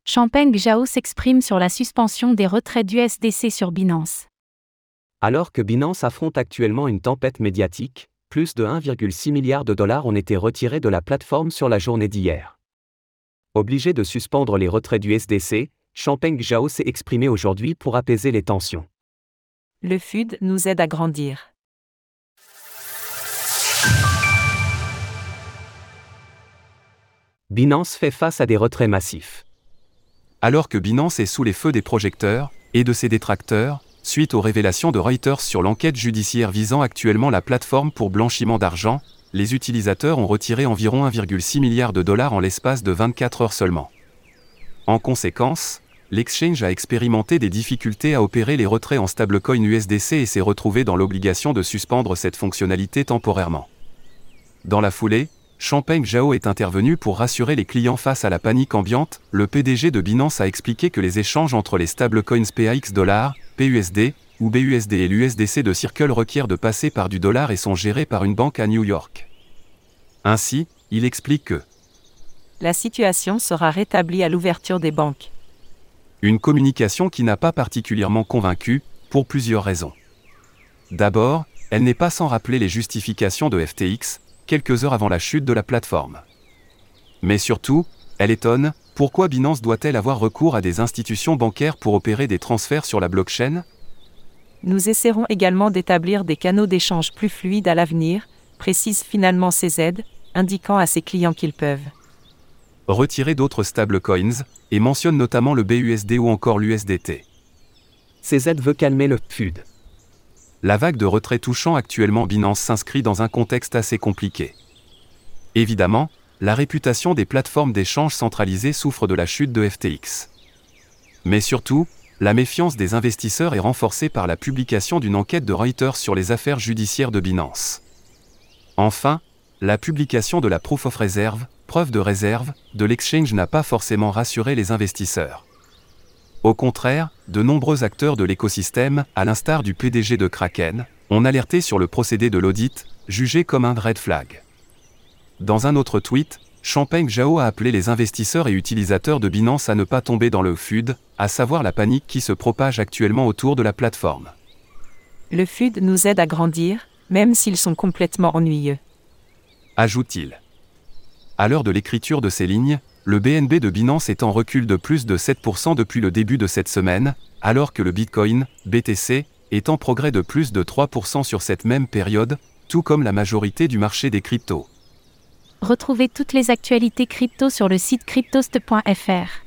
Changpeng Zhao s'exprime sur la suspension des retraits d'USDC sur Binance. Alors que Binance affronte actuellement une tempête médiatique, plus de 1,6 milliard de dollars ont été retirés de la plateforme sur la journée d'hier. Obligé de suspendre les retraits d'USDC, Changpeng Zhao s'est exprimé aujourd'hui pour apaiser les tensions. Le FUD nous aide à grandir. Binance fait face à des retraits massifs. Alors que Binance est sous les feux des projecteurs et de ses détracteurs, suite aux révélations de Reuters sur l'enquête judiciaire visant actuellement la plateforme pour blanchiment d'argent, les utilisateurs ont retiré environ 1,6 milliard de dollars en l'espace de 24 heures seulement. En conséquence, l'exchange a expérimenté des difficultés à opérer les retraits en stablecoin USDC et s'est retrouvé dans l'obligation de suspendre cette fonctionnalité temporairement. Dans la foulée, Changpeng Zhao est intervenu pour rassurer les clients face à la panique ambiante. Le PDG de Binance a expliqué que les échanges entre les stablecoins PAX $, PUSD ou BUSD et l'USDC de Circle requièrent de passer par du dollar et sont gérés par une banque à New York. Ainsi, il explique que la situation sera rétablie à l'ouverture des banques. Une communication qui n'a pas particulièrement convaincu, pour plusieurs raisons. D'abord, elle n'est pas sans rappeler les justifications de FTX, quelques heures avant la chute de la plateforme. Mais surtout, elle étonne, pourquoi Binance doit-elle avoir recours à des institutions bancaires pour opérer des transferts sur la blockchain ? Nous essaierons également d'établir des canaux d'échange plus fluides à l'avenir, précise finalement CZ, indiquant à ses clients qu'ils peuvent retirer d'autres stablecoins, et mentionne notamment le BUSD ou encore l'USDT. CZ veut calmer le FUD. La vague de retrait touchant actuellement Binance s'inscrit dans un contexte assez compliqué. Évidemment, la réputation des plateformes d'échange centralisées souffre de la chute de FTX. Mais surtout, la méfiance des investisseurs est renforcée par la publication d'une enquête de Reuters sur les affaires judiciaires de Binance. Enfin, la publication de la Proof of Reserve, preuve de réserve, de l'exchange n'a pas forcément rassuré les investisseurs. Au contraire, de nombreux acteurs de l'écosystème, à l'instar du PDG de Kraken, ont alerté sur le procédé de l'audit, jugé comme un red flag. Dans un autre tweet, Changpeng Zhao a appelé les investisseurs et utilisateurs de Binance à ne pas tomber dans le FUD, à savoir la panique qui se propage actuellement autour de la plateforme. Le FUD nous aide à grandir, même s'ils sont complètement ennuyeux. Ajoute-t-il. À l'heure de l'écriture de ces lignes, le BNB de Binance est en recul de plus de 7% depuis le début de cette semaine, alors que le Bitcoin, BTC, est en progrès de plus de 3% sur cette même période, tout comme la majorité du marché des cryptos. Retrouvez toutes les actualités crypto sur le site cryptost.fr.